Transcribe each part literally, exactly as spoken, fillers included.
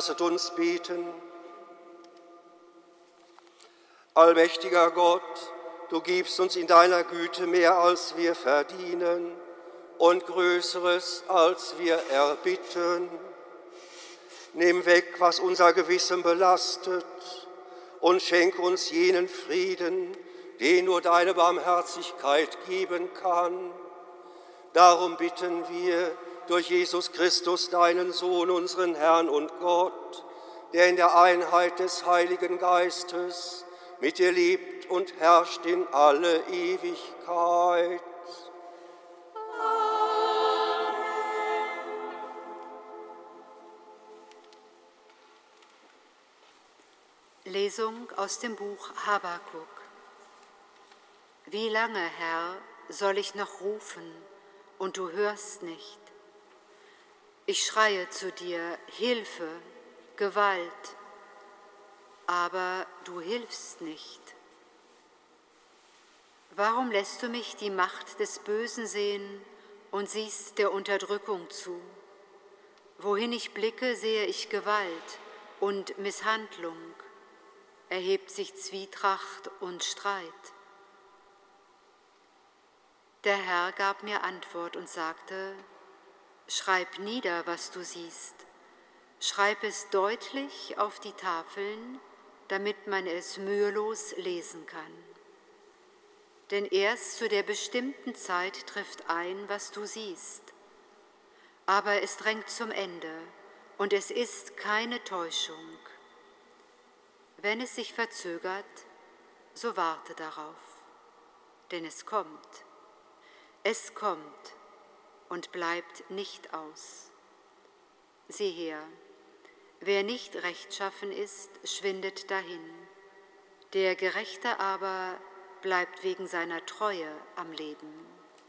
Lasset uns beten. Allmächtiger Gott, du gibst uns in deiner Güte mehr, als wir verdienen und Größeres, als wir erbitten. Nimm weg, was unser Gewissen belastet und schenk uns jenen Frieden, den nur deine Barmherzigkeit geben kann. Darum bitten wir durch Jesus Christus, deinen Sohn, unseren Herrn und Gott, der in der Einheit des Heiligen Geistes mit dir lebt und herrscht in alle Ewigkeit. Amen. Lesung aus dem Buch Habakuk. Wie lange, Herr, soll ich noch rufen, und du hörst nicht? Ich schreie zu dir, Hilfe, Gewalt, aber du hilfst nicht. Warum lässt du mich die Macht des Bösen sehen und siehst der Unterdrückung zu? Wohin ich blicke, sehe ich Gewalt und Misshandlung. Erhebt sich Zwietracht und Streit. Der Herr gab mir Antwort und sagte, schreib nieder, was du siehst. Schreib es deutlich auf die Tafeln, damit man es mühelos lesen kann. Denn erst zu der bestimmten Zeit trifft ein, was du siehst. Aber es drängt zum Ende und es ist keine Täuschung. Wenn es sich verzögert, so warte darauf, denn es kommt. Es kommt und bleibt nicht aus. Sieh her, wer nicht rechtschaffen ist, schwindet dahin. Der Gerechte aber bleibt wegen seiner Treue am Leben.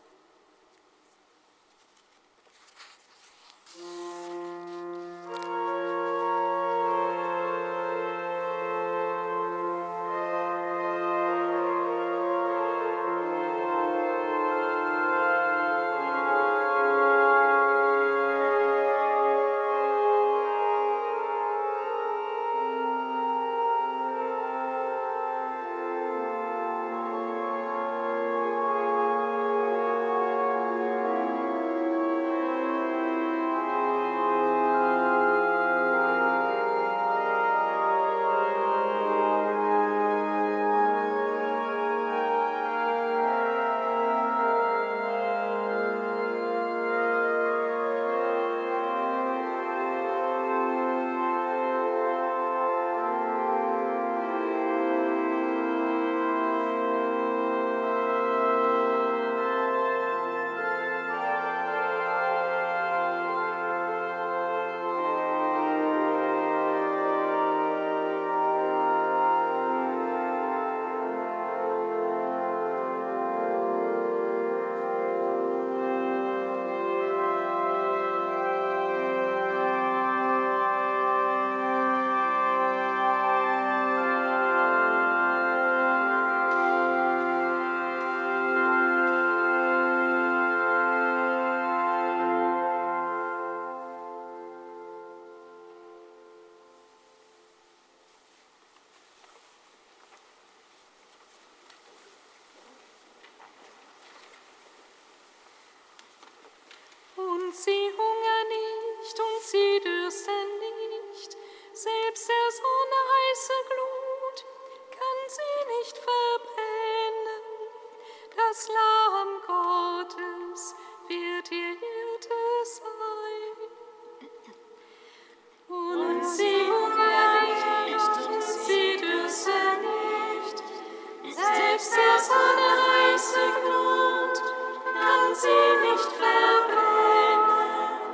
Sie hungern nicht und sie dürsten nicht, selbst der Sonne heiße Glut kann sie nicht verbrennen. Das Lamm Gottes wird ihr Hirte sein. Und sie hungern nicht und sie dürsten nicht, selbst der Sonne heiße Glut kann sie nicht verbrennen.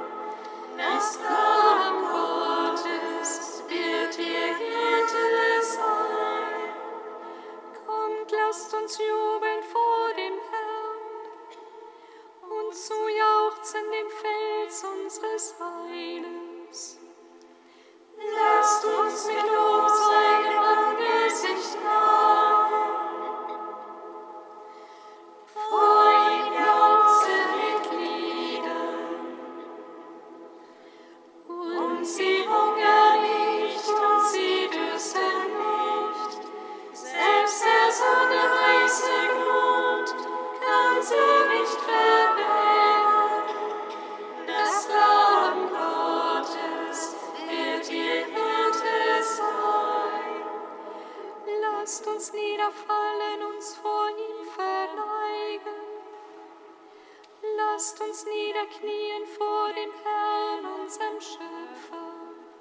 Lasst uns niederfallen, uns vor ihm verneigen. Lasst uns niederknien vor dem Herrn, unserem Schöpfer.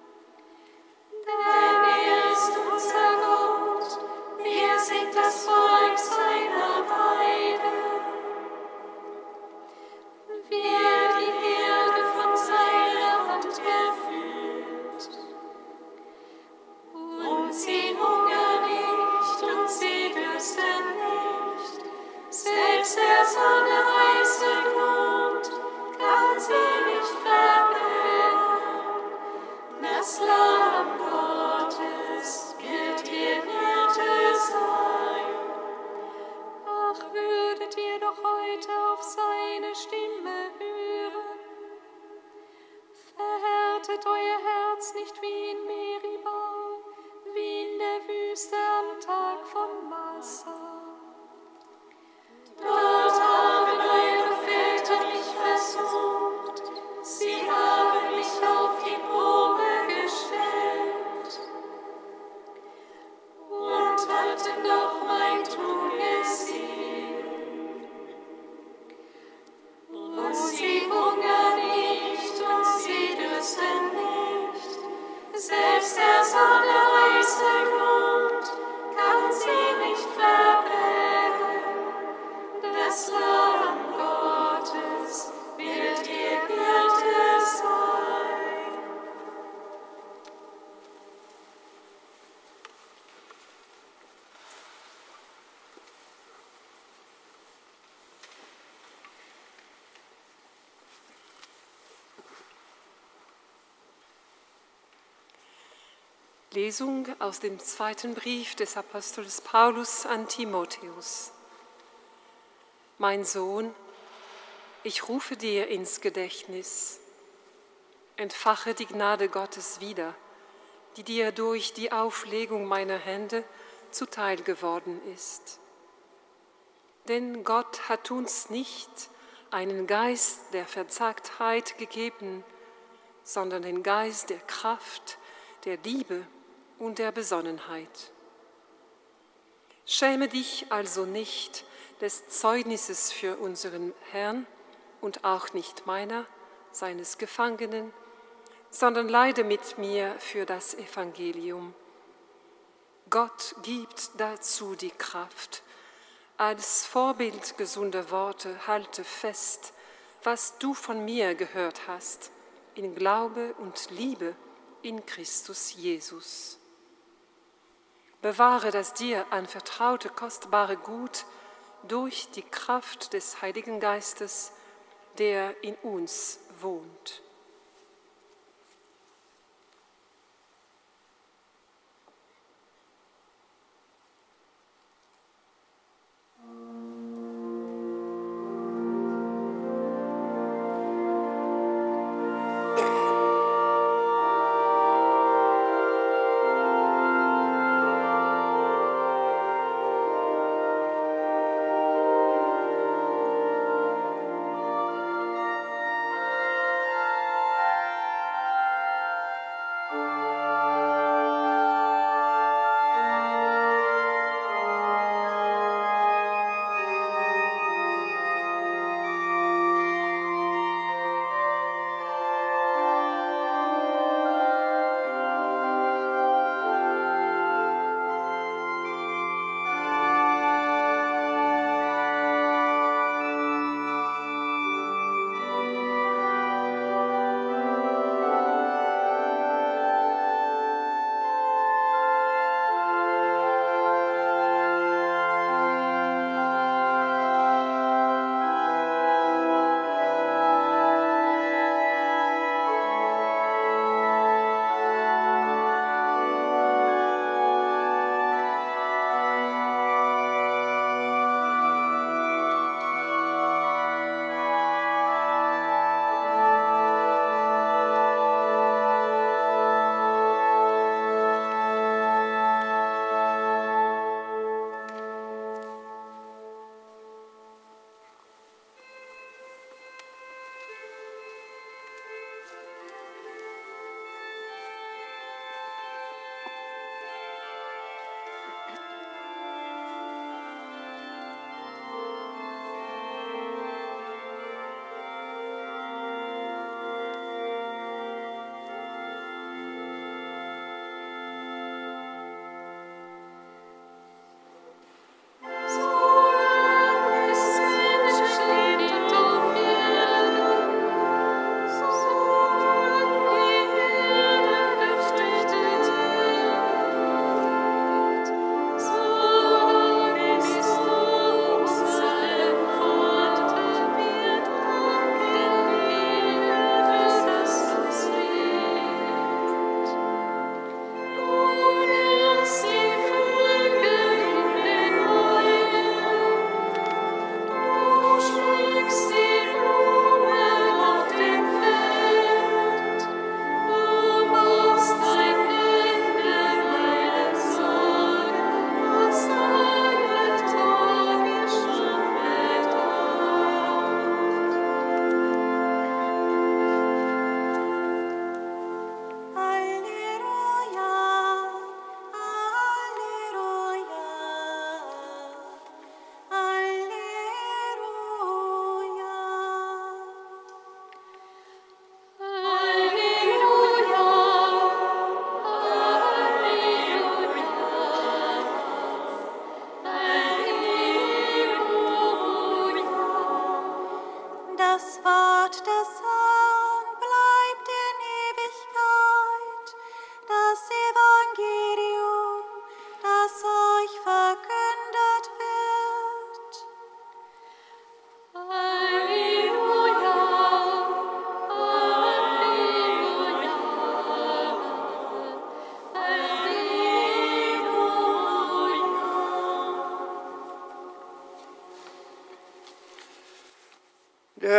Denn er ist unser Gott, wir sind das Volk seiner Weide. Wir die Herde von seiner Hand geführt. Und sie hungern nicht und sie dürsten nicht, selbst der Sonne heiße Grund kann sie nicht verbergen. Das Lamm Gottes wird ihr Hirte sein. Ach, würdet ihr doch heute auf seine Stimme hören. Verhärtet euer Herz nicht wie in Meribah, wie in der Wüste am Tag von Massa. Dort haben eure Väter mich versucht, sie haben mich auf die Probe gestellt und hatten doch mein Tun gesehen. Und sie hungern nicht und sie dürsten nicht, selbst der Sonne heiße Grund kann sie nicht verbergen. Das Lamm Gottes wird ihr Hirte sein. Lesung aus dem zweiten Brief des Apostels Paulus an Timotheus. Mein Sohn, ich rufe dir ins Gedächtnis. Entfache die Gnade Gottes wieder, die dir durch die Auflegung meiner Hände zuteil geworden ist. Denn Gott hat uns nicht einen Geist der Verzagtheit gegeben, sondern den Geist der Kraft, der Liebe und der Besonnenheit. Schäme dich also nicht des Zeugnisses für unseren Herrn und auch nicht meiner, seines Gefangenen, sondern leide mit mir für das Evangelium. Gott gibt dazu die Kraft. Als Vorbild gesunder Worte halte fest, was du von mir gehört hast, in Glaube und Liebe in Christus Jesus. Bewahre das dir anvertraute kostbare Gut durch die Kraft des Heiligen Geistes, der in uns wohnt.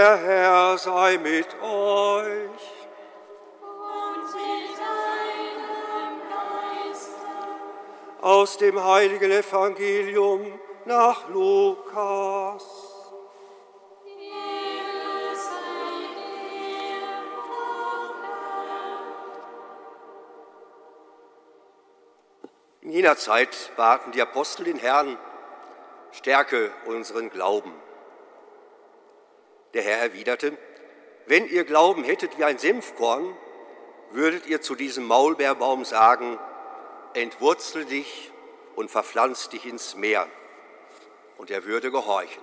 Der Herr sei mit euch. Und mit deinem Geiste. Aus dem heiligen Evangelium nach Lukas. Ehre sei dir, o Herr. In jener Zeit baten die Apostel den Herrn: Stärke unseren Glauben. Der Herr erwiderte: Wenn ihr Glauben hättet wie ein Senfkorn, würdet ihr zu diesem Maulbeerbaum sagen: Entwurzel dich und verpflanz dich ins Meer, und er würde gehorchen.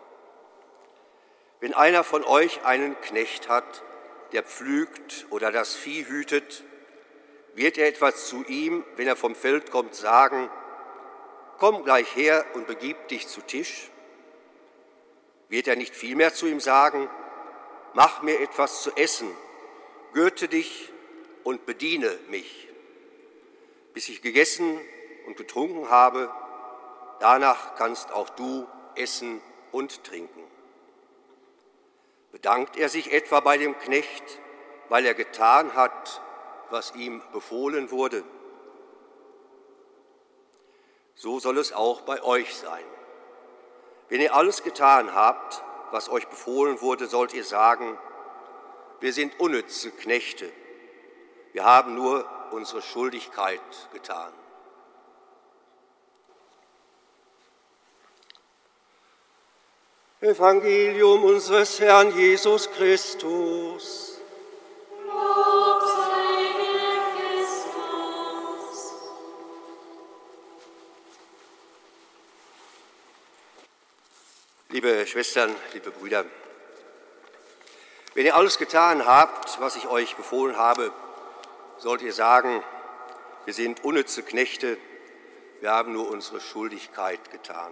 Wenn einer von euch einen Knecht hat, der pflügt oder das Vieh hütet, wird er etwas zu ihm, wenn er vom Feld kommt, sagen: Komm gleich her und begib dich zu Tisch? Wird er nicht vielmehr zu ihm sagen: Mach mir etwas zu essen, gürte dich und bediene mich, bis ich gegessen und getrunken habe, danach kannst auch du essen und trinken. Bedankt er sich etwa bei dem Knecht, weil er getan hat, was ihm befohlen wurde? So soll es auch bei euch sein. Wenn ihr alles getan habt, was euch befohlen wurde, sollt ihr sagen: Wir sind unnütze Knechte, wir haben nur unsere Schuldigkeit getan. Evangelium unseres Herrn Jesus Christus. Lob sei dir, Christus. Liebe Schwestern, liebe Brüder, wenn ihr alles getan habt, was ich euch befohlen habe, sollt ihr sagen: Wir sind unnütze Knechte, wir haben nur unsere Schuldigkeit getan.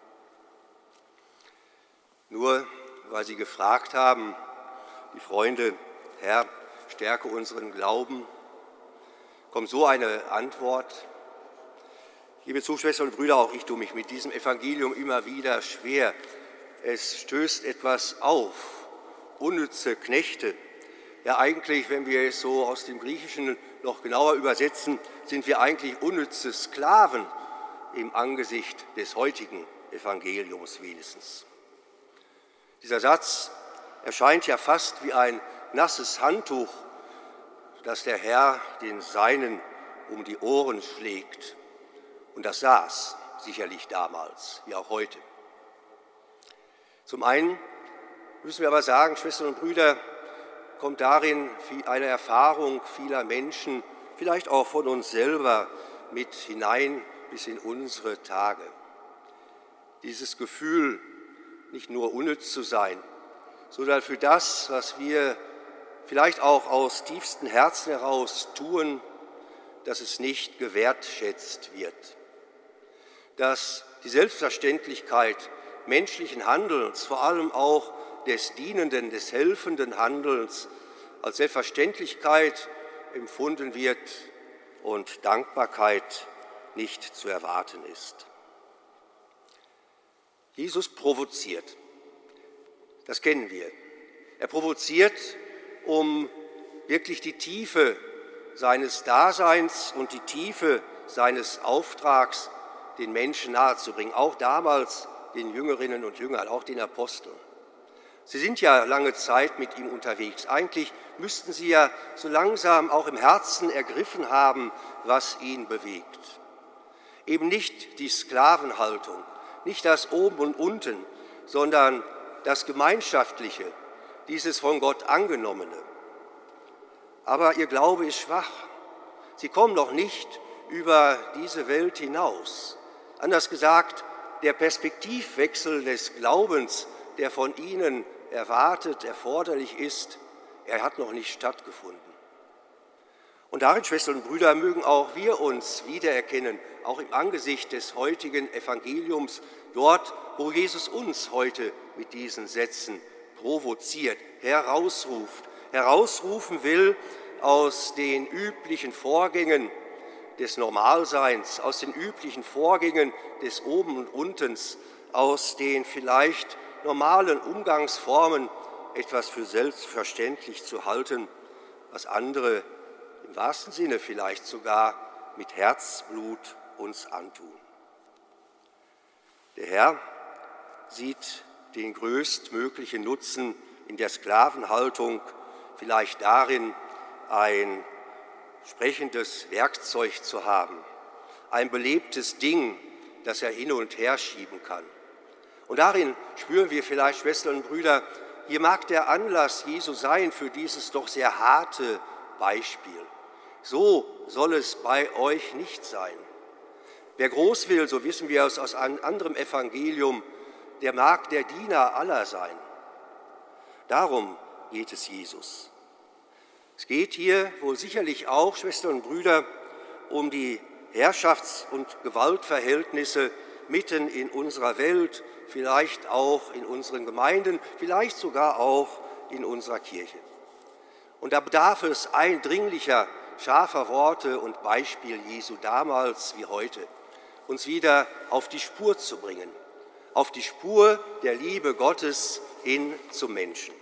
Nur weil sie gefragt haben, die Freunde: Herr, stärke unseren Glauben, kommt so eine Antwort. Liebe Zuschwestern und Brüder, auch ich tue mich mit diesem Evangelium immer wieder schwer. Es stößt etwas auf. Unnütze Knechte. Ja, eigentlich, wenn wir es so aus dem Griechischen noch genauer übersetzen, sind wir eigentlich unnütze Sklaven im Angesicht des heutigen Evangeliums wenigstens. Dieser Satz erscheint ja fast wie ein nasses Handtuch, das der Herr den Seinen um die Ohren schlägt. Und das saß sicherlich damals, wie auch heute. Zum einen müssen wir aber sagen, Schwestern und Brüder, kommt darin eine Erfahrung vieler Menschen, vielleicht auch von uns selber, mit hinein bis in unsere Tage. Dieses Gefühl, nicht nur unnütz zu sein, sondern für das, was wir vielleicht auch aus tiefstem Herzen heraus tun, dass es nicht gewertschätzt wird. Dass die Selbstverständlichkeit menschlichen Handelns, vor allem auch des dienenden, des helfenden Handelns, als Selbstverständlichkeit empfunden wird und Dankbarkeit nicht zu erwarten ist. Jesus provoziert, das kennen wir. Er provoziert, um wirklich die Tiefe seines Daseins und die Tiefe seines Auftrags den Menschen nahezubringen, auch damals den Jüngerinnen und Jüngern, auch den Aposteln. Sie sind ja lange Zeit mit ihm unterwegs. Eigentlich müssten sie ja so langsam auch im Herzen ergriffen haben, was ihn bewegt. Eben nicht die Sklavenhaltung, nicht das Oben und Unten, sondern das Gemeinschaftliche, dieses von Gott angenommene. Aber ihr Glaube ist schwach. Sie kommen noch nicht über diese Welt hinaus. Anders gesagt, der Perspektivwechsel des Glaubens, der von ihnen erwartet, erforderlich ist, er hat noch nicht stattgefunden. Und darin, Schwestern und Brüder, mögen auch wir uns wiedererkennen, auch im Angesicht des heutigen Evangeliums, dort, wo Jesus uns heute mit diesen Sätzen provoziert, herausruft, herausrufen will aus den üblichen Vorgängen des Normalseins, aus den üblichen Vorgängen des Oben und Untens, aus den vielleicht normalen Umgangsformen etwas für selbstverständlich zu halten, was andere im wahrsten Sinne vielleicht sogar mit Herzblut uns antun. Der Herr sieht den größtmöglichen Nutzen in der Sklavenhaltung, vielleicht darin, ein sprechendes Werkzeug zu haben, ein belebtes Ding, das er hin und her schieben kann. Und darin spüren wir vielleicht, Schwestern und Brüder, hier mag der Anlass Jesu sein für dieses doch sehr harte Beispiel. So soll es bei euch nicht sein. Wer groß will, so wissen wir es aus einem anderen Evangelium, der mag der Diener aller sein. Darum geht es Jesus. Es geht hier wohl sicherlich auch, Schwestern und Brüder, um die Herrschafts- und Gewaltverhältnisse mitten in unserer Welt, vielleicht auch in unseren Gemeinden, vielleicht sogar auch in unserer Kirche. Und da bedarf es eindringlicher, scharfer Worte und Beispiel Jesu damals wie heute, uns wieder auf die Spur zu bringen, auf die Spur der Liebe Gottes hin zum Menschen.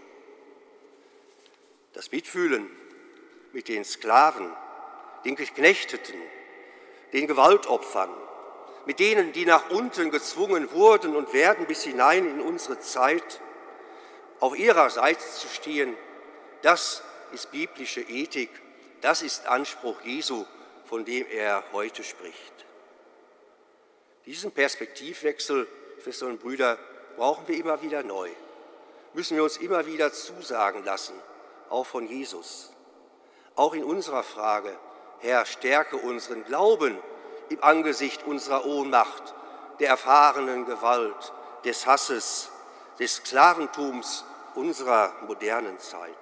Das Mitfühlen mit den Sklaven, den Geknechteten, den Gewaltopfern, mit denen, die nach unten gezwungen wurden und werden bis hinein in unsere Zeit, auf ihrer Seite zu stehen, das ist biblische Ethik, das ist Anspruch Jesu, von dem er heute spricht. Diesen Perspektivwechsel, Schwestern und Brüder, brauchen wir immer wieder neu, müssen wir uns immer wieder zusagen lassen, auch von Jesus. Auch in unserer Frage, Herr, stärke unseren Glauben im Angesicht unserer Ohnmacht, der erfahrenen Gewalt, des Hasses, des Sklaventums unserer modernen Zeit.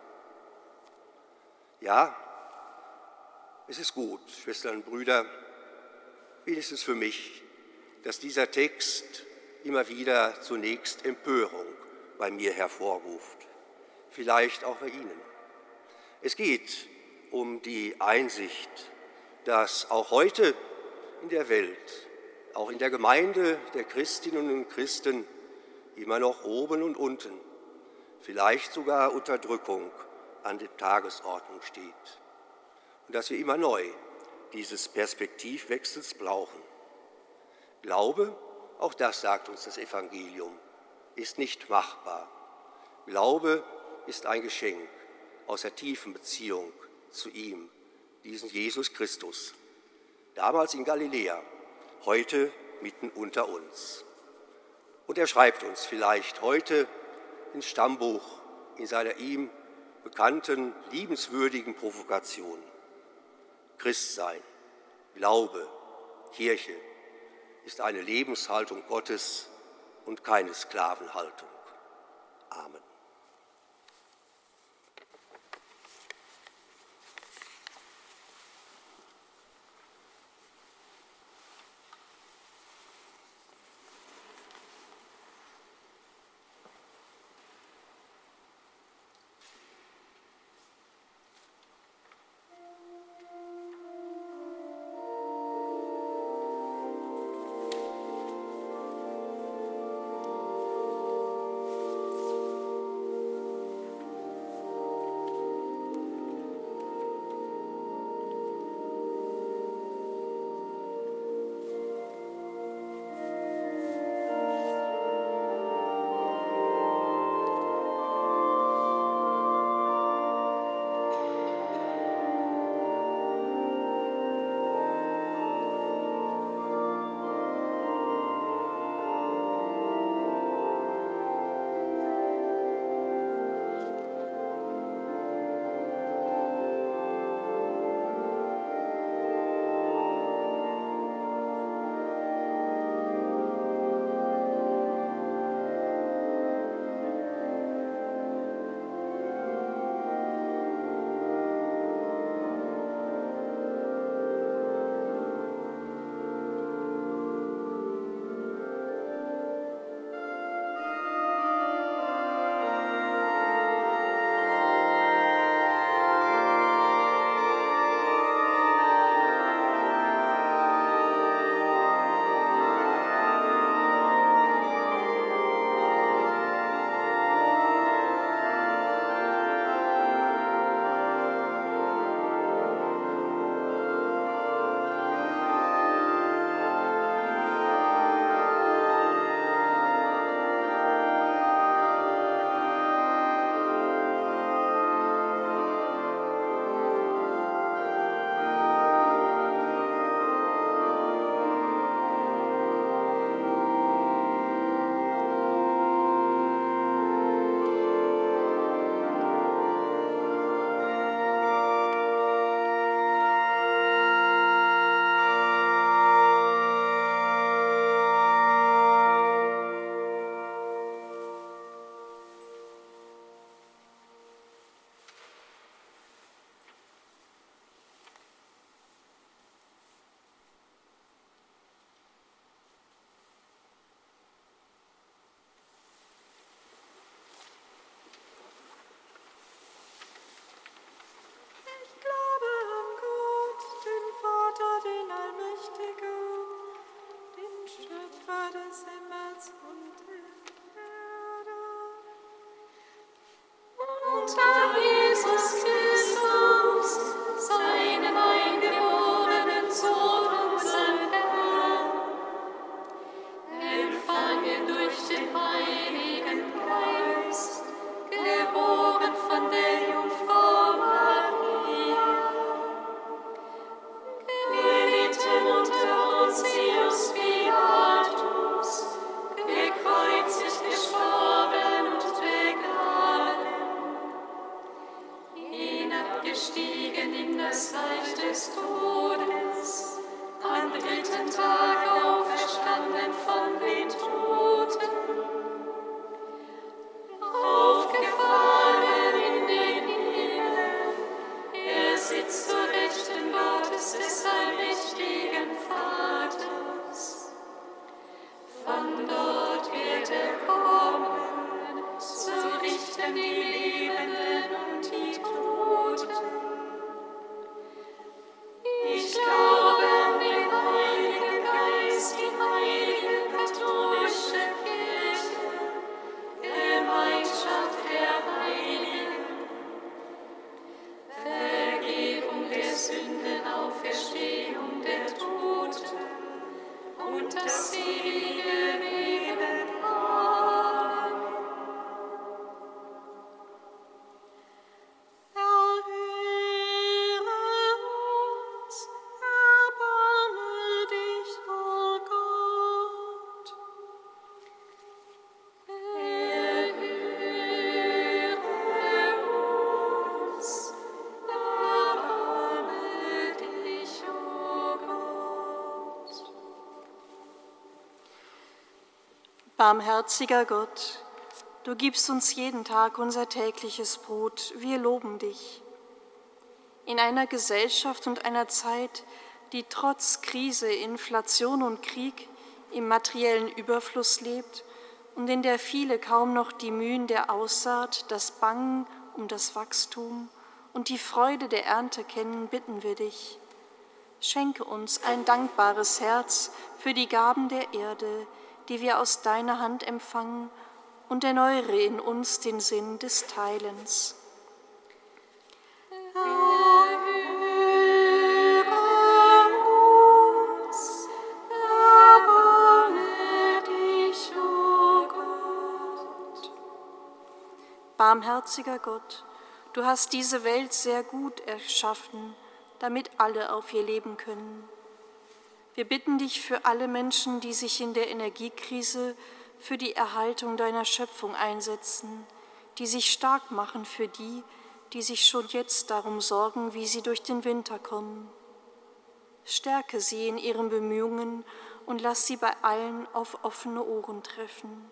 Ja, es ist gut, Schwestern und Brüder, wenigstens für mich, dass dieser Text immer wieder zunächst Empörung bei mir hervorruft, vielleicht auch bei Ihnen. Es geht um die Einsicht, dass auch heute in der Welt, auch in der Gemeinde der Christinnen und Christen immer noch oben und unten, vielleicht sogar Unterdrückung an der Tagesordnung steht. Und dass wir immer neu dieses Perspektivwechsels brauchen. Glaube, auch das sagt uns das Evangelium, ist nicht machbar. Glaube ist ein Geschenk aus der tiefen Beziehung zu ihm, diesen Jesus Christus. Damals in Galiläa, heute mitten unter uns. Und er schreibt uns vielleicht heute ins Stammbuch in seiner ihm bekannten, liebenswürdigen Provokation. Christsein, Glaube, Kirche ist eine Lebenshaltung Gottes und keine Sklavenhaltung. Amen. Barmherziger Gott, du gibst uns jeden Tag unser tägliches Brot, wir loben dich. In einer Gesellschaft und einer Zeit, die trotz Krise, Inflation und Krieg im materiellen Überfluss lebt und in der viele kaum noch die Mühen der Aussaat, das Bangen um das Wachstum und die Freude der Ernte kennen, bitten wir dich. Schenke uns ein dankbares Herz für die Gaben der Erde, die wir aus deiner Hand empfangen, und erneuere in uns den Sinn des Teilens. Barmherziger Gott, du hast diese Welt sehr gut erschaffen, damit alle auf ihr leben können. Wir bitten dich für alle Menschen, die sich in der Energiekrise für die Erhaltung deiner Schöpfung einsetzen, die sich stark machen für die, die sich schon jetzt darum sorgen, wie sie durch den Winter kommen. Stärke sie in ihren Bemühungen und lass sie bei allen auf offene Ohren treffen.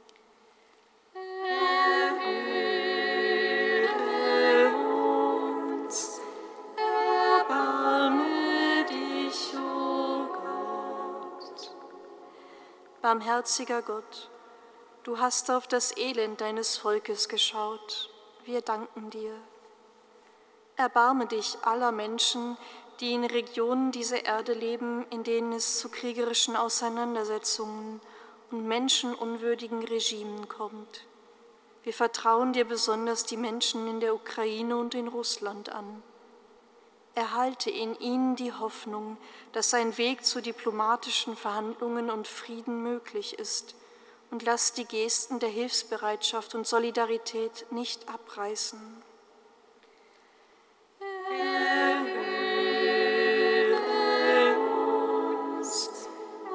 Barmherziger Gott, du hast auf das Elend deines Volkes geschaut. Wir danken dir. Erbarme dich aller Menschen, die in Regionen dieser Erde leben, in denen es zu kriegerischen Auseinandersetzungen und menschenunwürdigen Regimen kommt. Wir vertrauen dir besonders die Menschen in der Ukraine und in Russland an. Erhalte in ihnen die Hoffnung, dass ein Weg zu diplomatischen Verhandlungen und Frieden möglich ist, und lass die Gesten der Hilfsbereitschaft und Solidarität nicht abreißen. Erhöre uns,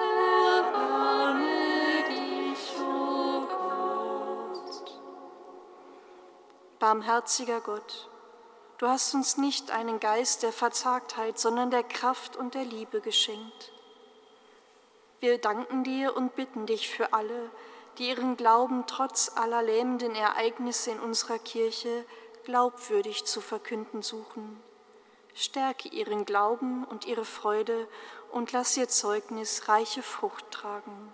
erbarme dich, o Gott. Barmherziger Gott, du hast uns nicht einen Geist der Verzagtheit, sondern der Kraft und der Liebe geschenkt. Wir danken dir und bitten dich für alle, die ihren Glauben trotz aller lähmenden Ereignisse in unserer Kirche glaubwürdig zu verkünden suchen. Stärke ihren Glauben und ihre Freude und lass ihr Zeugnis reiche Frucht tragen.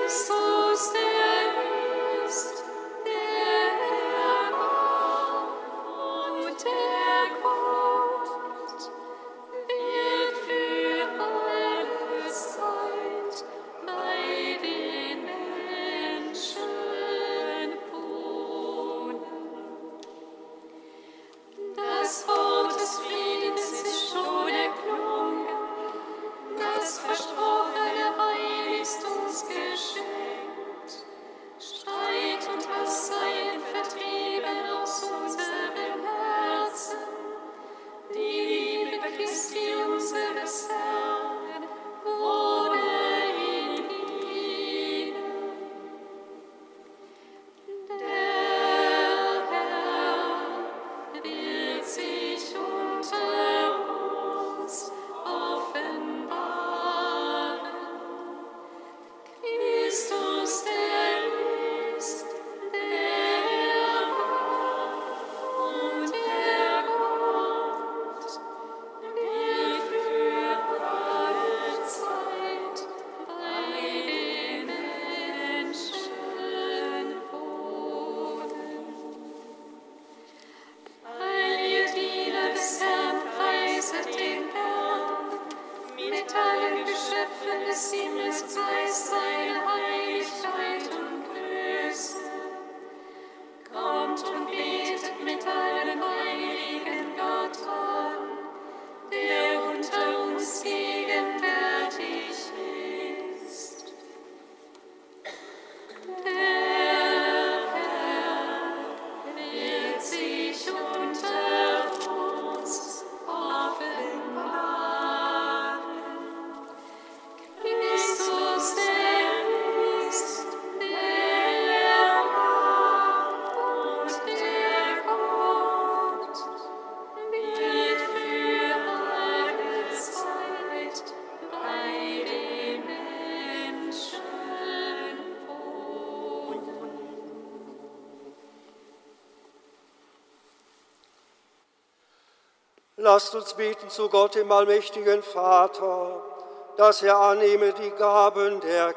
Lasst uns beten zu Gott, dem allmächtigen Vater, dass er annehme die Gaben der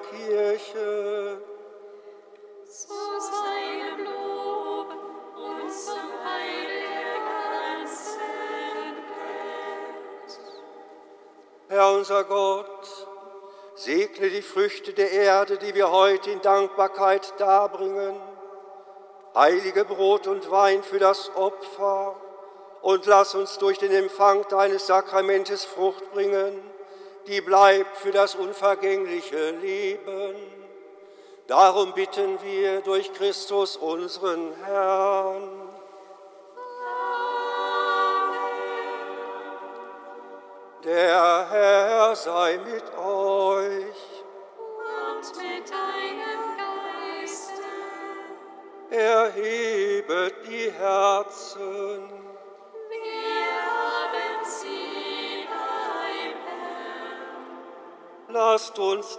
Kirche. Zu seinem Lob und zum Heil der ganzen Welt. Herr unser Gott, segne die Früchte der Erde, die wir heute in Dankbarkeit darbringen. Heilige Brot und Wein für das Opfer. Und lass uns durch den Empfang deines Sakramentes Frucht bringen, die bleibt für das unvergängliche Leben. Darum bitten wir durch Christus unseren Herrn. Amen. Der Herr sei mit euch. Und mit deinem Geiste. Erhebet die Herzen. Lasst uns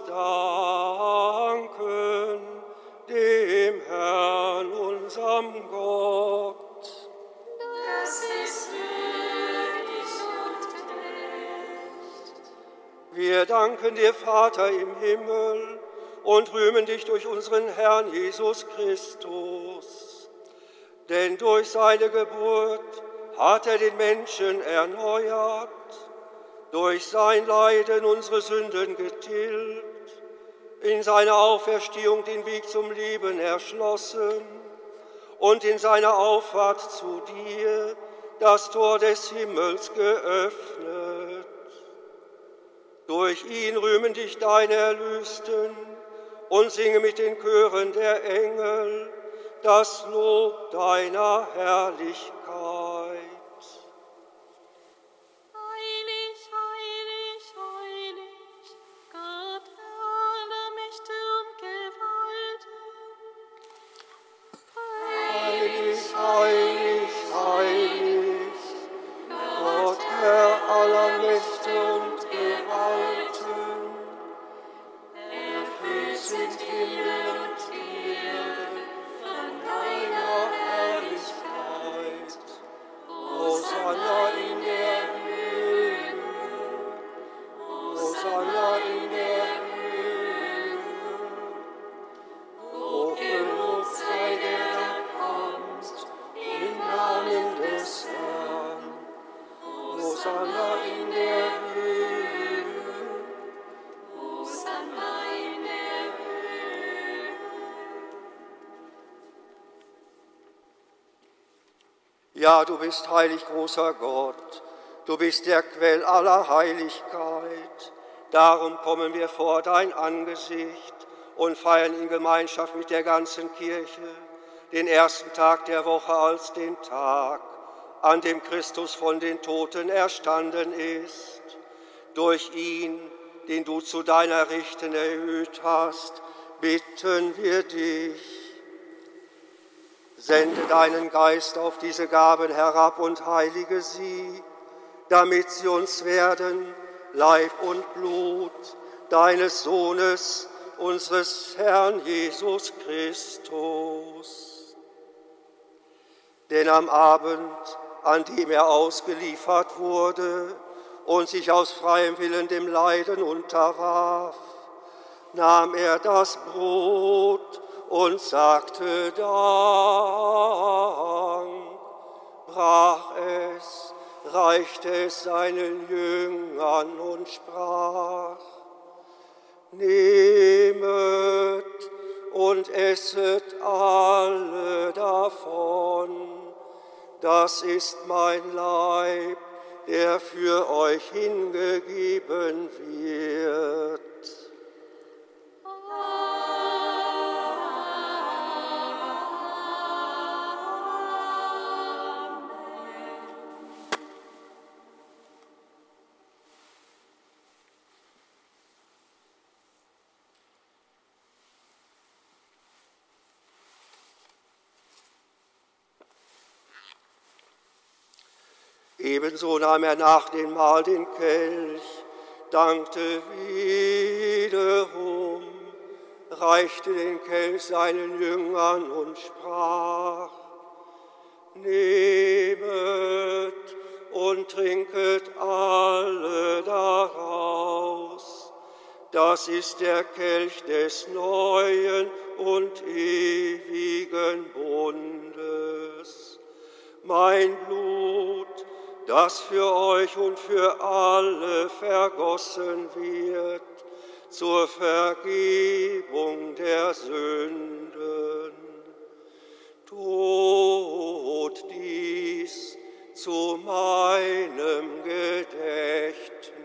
danken dem Herrn, unserem Gott. Das ist würdig und gerecht. Wir danken dir, Vater im Himmel, und rühmen dich durch unseren Herrn Jesus Christus. Denn durch seine Geburt hat er den Menschen erneuert, durch sein Leiden unsere Sünden getilgt, in seiner Auferstehung den Weg zum Leben erschlossen und in seiner Auffahrt zu dir das Tor des Himmels geöffnet. Durch ihn rühmen dich deine Erlösten und singe mit den Chören der Engel das Lob deiner Herrlichkeit. Heilig, heilig, Gott, Herr aller Mächte und Gewalten. Erfüllt sind Himmel und Erde von deiner Herrlichkeit. Ja, du bist heilig, großer Gott. Du bist der Quell aller Heiligkeit. Darum kommen wir vor dein Angesicht und feiern in Gemeinschaft mit der ganzen Kirche den ersten Tag der Woche als den Tag, an dem Christus von den Toten erstanden ist. Durch ihn, den du zu deiner Rechten erhöht hast, bitten wir dich. Sende deinen Geist auf diese Gaben herab und heilige sie, damit sie uns werden, Leib und Blut deines Sohnes, unseres Herrn Jesus Christus. Denn am Abend, an dem er ausgeliefert wurde und sich aus freiem Willen dem Leiden unterwarf, nahm er das Brot und sagte Dank, brach es, reichte es seinen Jüngern und sprach: Nehmet und esset alle davon, das ist mein Leib, der für euch hingegeben wird. Ebenso nahm er nach dem Mahl den Kelch, dankte wiederum, reichte den Kelch seinen Jüngern und sprach: Nehmet und trinket alle daraus, das ist der Kelch des neuen und ewigen Bundes, mein Blut, das für euch und für alle vergossen wird, zur Vergebung der Sünden. Tut dies zu meinem Gedächtnis.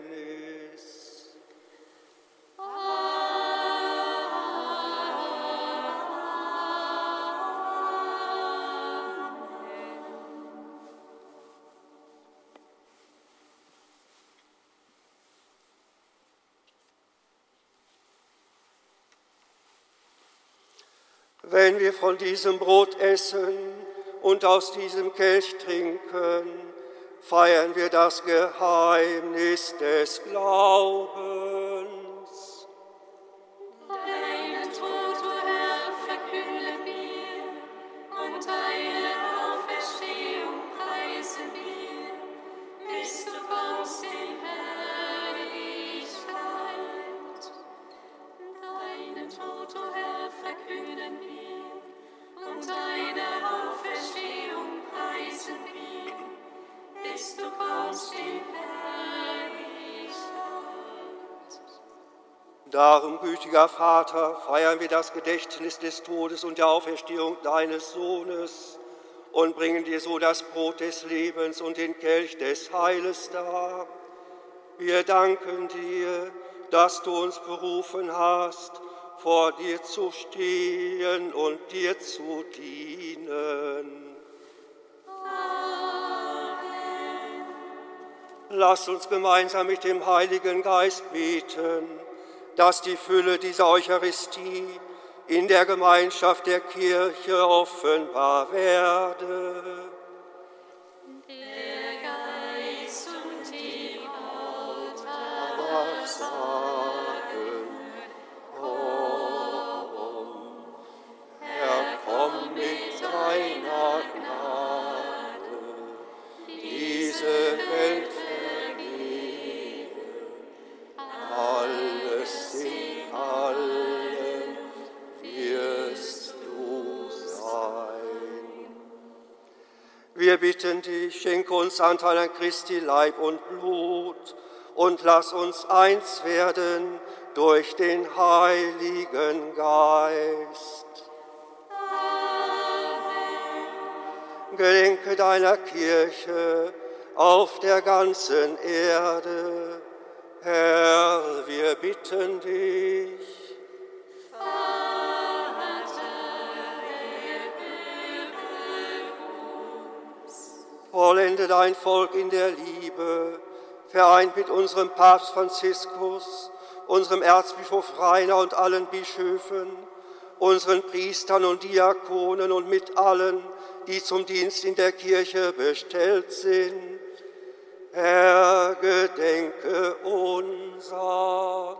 Wenn wir von diesem Brot essen und aus diesem Kelch trinken, feiern wir das Geheimnis des Glaubens. Deinen Tod, o Herr, verkünden wir, und deine Auferstehung preisen wir, bis du kommst in Herrlichkeit. Deinen Tod, o Herr, verkünden wir, und deine Auferstehung preisen wir, bis du kommst in Herrlichkeit. Darum, gütiger Vater, feiern wir das Gedächtnis des Todes und der Auferstehung deines Sohnes und bringen dir so das Brot des Lebens und den Kelch des Heiles dar. Wir danken dir, dass du uns berufen hast, vor dir zu stehen und dir zu dienen. Amen. Lass uns gemeinsam mit dem Heiligen Geist beten, dass die Fülle dieser Eucharistie in der Gemeinschaft der Kirche offenbar werde. Der Geist und die Braut Aber sagen, komm, Herr, komm mit deiner Gnade, diese Welt vergehen, alles in allem wirst du sein. Wir bitten dich, schenke uns Anteil an Christi Leib und Blut und lass uns eins werden durch den Heiligen Geist. Amen. Gedenke deiner Kirche auf der ganzen Erde. Herr, wir bitten dich. Vollende dein Volk in der Liebe, vereint mit unserem Papst Franziskus, unserem Erzbischof Rainer und allen Bischöfen, unseren Priestern und Diakonen und mit allen, die zum Dienst in der Kirche bestellt sind. Herr, gedenke unser.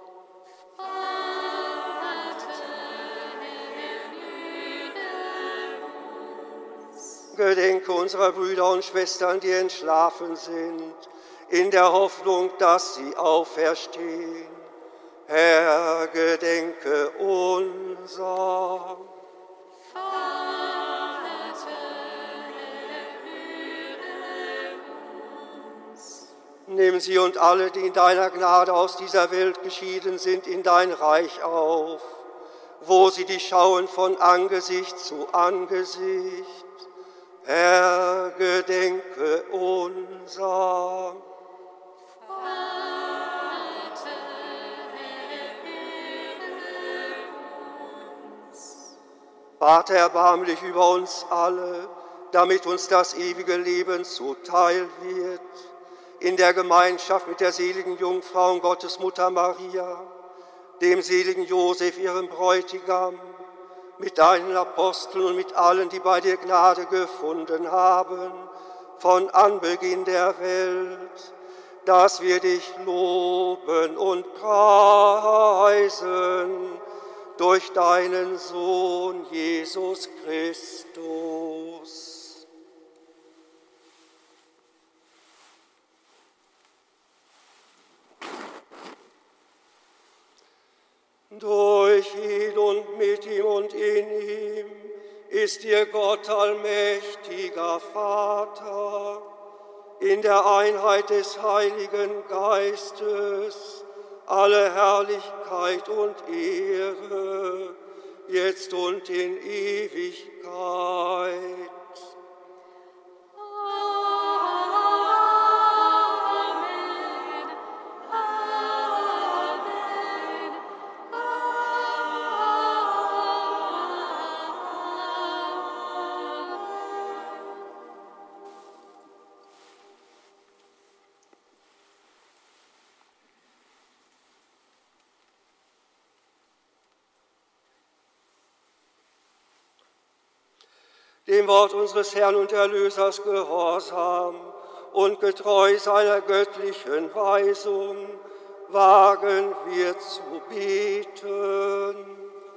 Gedenke unserer Brüder und Schwestern, die entschlafen sind, in der Hoffnung, dass sie auferstehen. Herr, gedenke unser. Nimm sie und alle, die in deiner Gnade aus dieser Welt geschieden sind, in dein Reich auf, wo sie dich schauen von Angesicht zu Angesicht. Herr, gedenke unser. Vater, erbarmlich über uns alle, damit uns das ewige Leben zuteil wird, in der Gemeinschaft mit der seligen Jungfrau und Gottesmutter Maria, dem seligen Josef, ihrem Bräutigam, mit deinen Aposteln und mit allen, die bei dir Gnade gefunden haben, von Anbeginn der Welt, dass wir dich loben und preisen durch deinen Sohn Jesus Christus. Durch ihn und mit ihm und in ihm ist dir Gott allmächtiger Vater, in der Einheit des Heiligen Geistes, alle Herrlichkeit und Ehre, jetzt und in Ewigkeit. Dem Wort unseres Herrn und Erlösers gehorsam und getreu seiner göttlichen Weisung, wagen wir zu beten.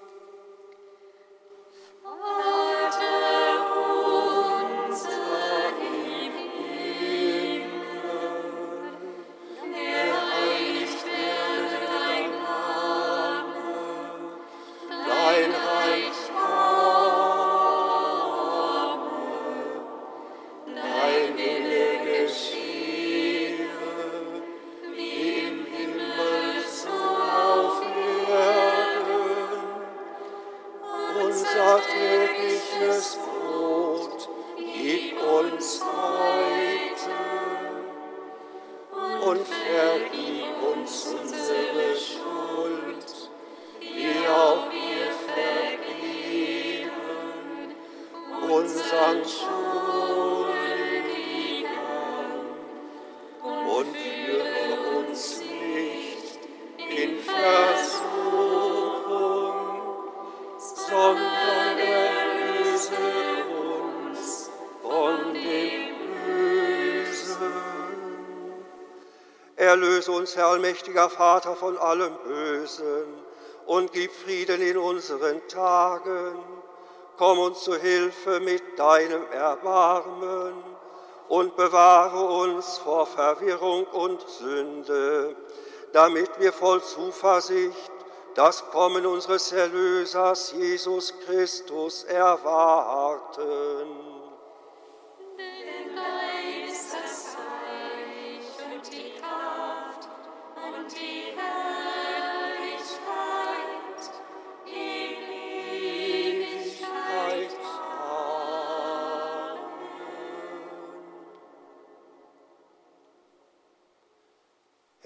Erlöse uns, Herr allmächtiger Vater, von allem Bösen und gib Frieden in unseren Tagen. Komm uns zu Hilfe mit deinem Erbarmen und bewahre uns vor Verwirrung und Sünde, damit wir voll Zuversicht das Kommen unseres Erlösers Jesus Christus erwarten.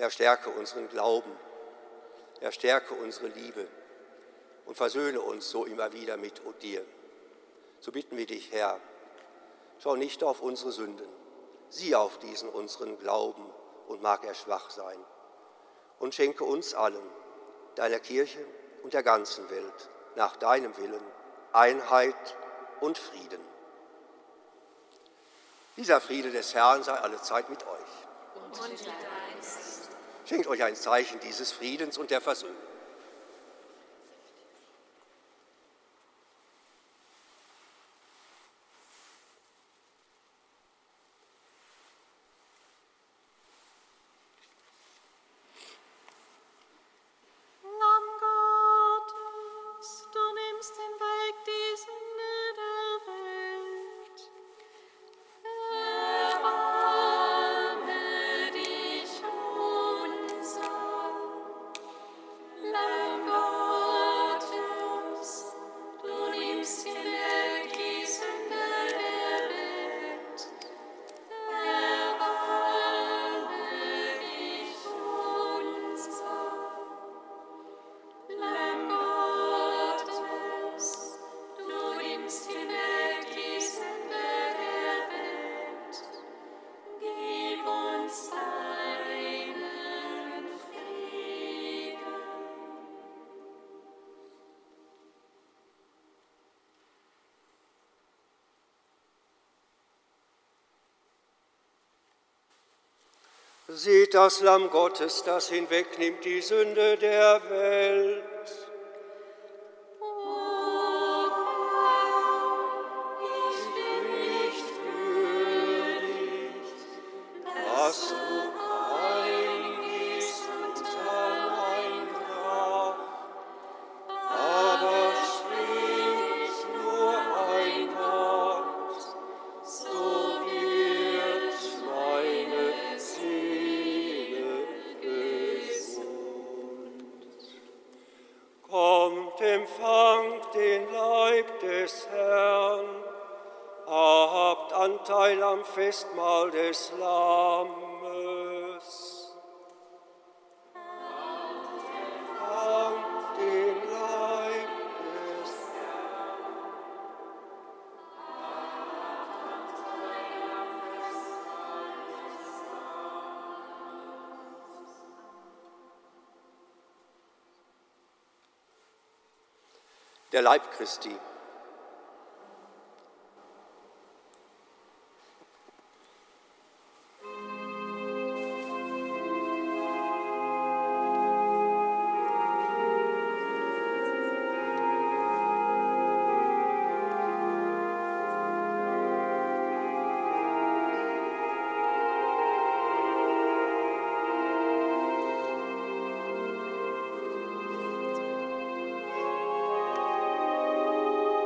Verstärke unseren Glauben, verstärke unsere Liebe und versöhne uns so immer wieder mit dir. So bitten wir dich, Herr, schau nicht auf unsere Sünden, sieh auf diesen unseren Glauben und mag er schwach sein. Und schenke uns allen, deiner Kirche und der ganzen Welt, nach deinem Willen, Einheit und Frieden. Dieser Friede des Herrn sei allezeit mit euch. Und mit deinem Geist. Schenkt euch ein Zeichen dieses Friedens und der Versöhnung. Seht das Lamm Gottes, das hinwegnimmt die Sünde der Welt. Empfangt den Leib des Herrn, habt Anteil am Festmahl des Lammes. Empfangt den Leib des Herrn. Der Leib Christi. Amen.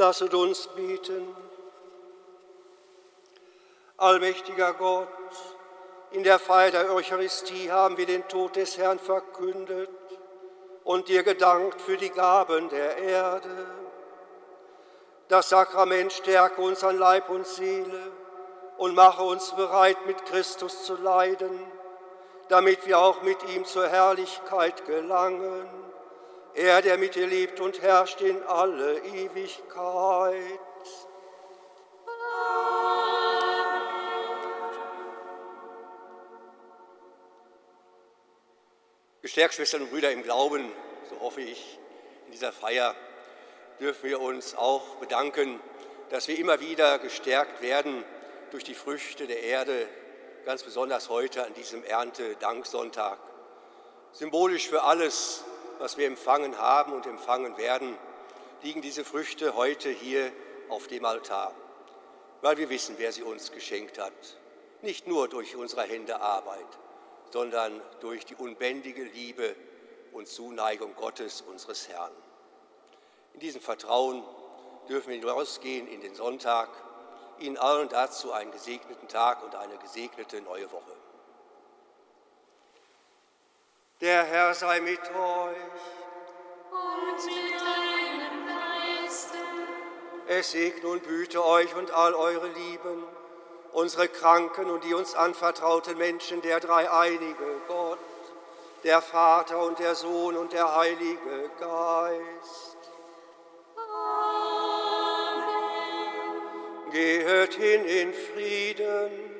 Lasset uns beten. Allmächtiger Gott, in der Feier der Eucharistie haben wir den Tod des Herrn verkündet und dir gedankt für die Gaben der Erde. Das Sakrament stärke uns an Leib und Seele und mache uns bereit, mit Christus zu leiden, damit wir auch mit ihm zur Herrlichkeit gelangen. Er, der mit dir lebt und herrscht in alle Ewigkeit. Gestärkt, Schwestern und Brüder im Glauben, so hoffe ich, in dieser Feier dürfen wir uns auch bedanken, dass wir immer wieder gestärkt werden durch die Früchte der Erde, ganz besonders heute an diesem Erntedanksonntag. Symbolisch für alles, was wir empfangen haben und empfangen werden, liegen diese Früchte heute hier auf dem Altar, weil wir wissen, wer sie uns geschenkt hat. Nicht nur durch unsere Hände Arbeit, sondern durch die unbändige Liebe und Zuneigung Gottes, unseres Herrn. In diesem Vertrauen dürfen wir hinausgehen in den Sonntag, Ihnen allen dazu einen gesegneten Tag und eine gesegnete neue Woche. Der Herr sei mit euch. Und mit deinem Geiste. Es segne und behüte euch und all eure Lieben, unsere Kranken und die uns anvertrauten Menschen, der dreieinige Gott, der Vater und der Sohn und der Heilige Geist. Amen. Gehet hin in Frieden.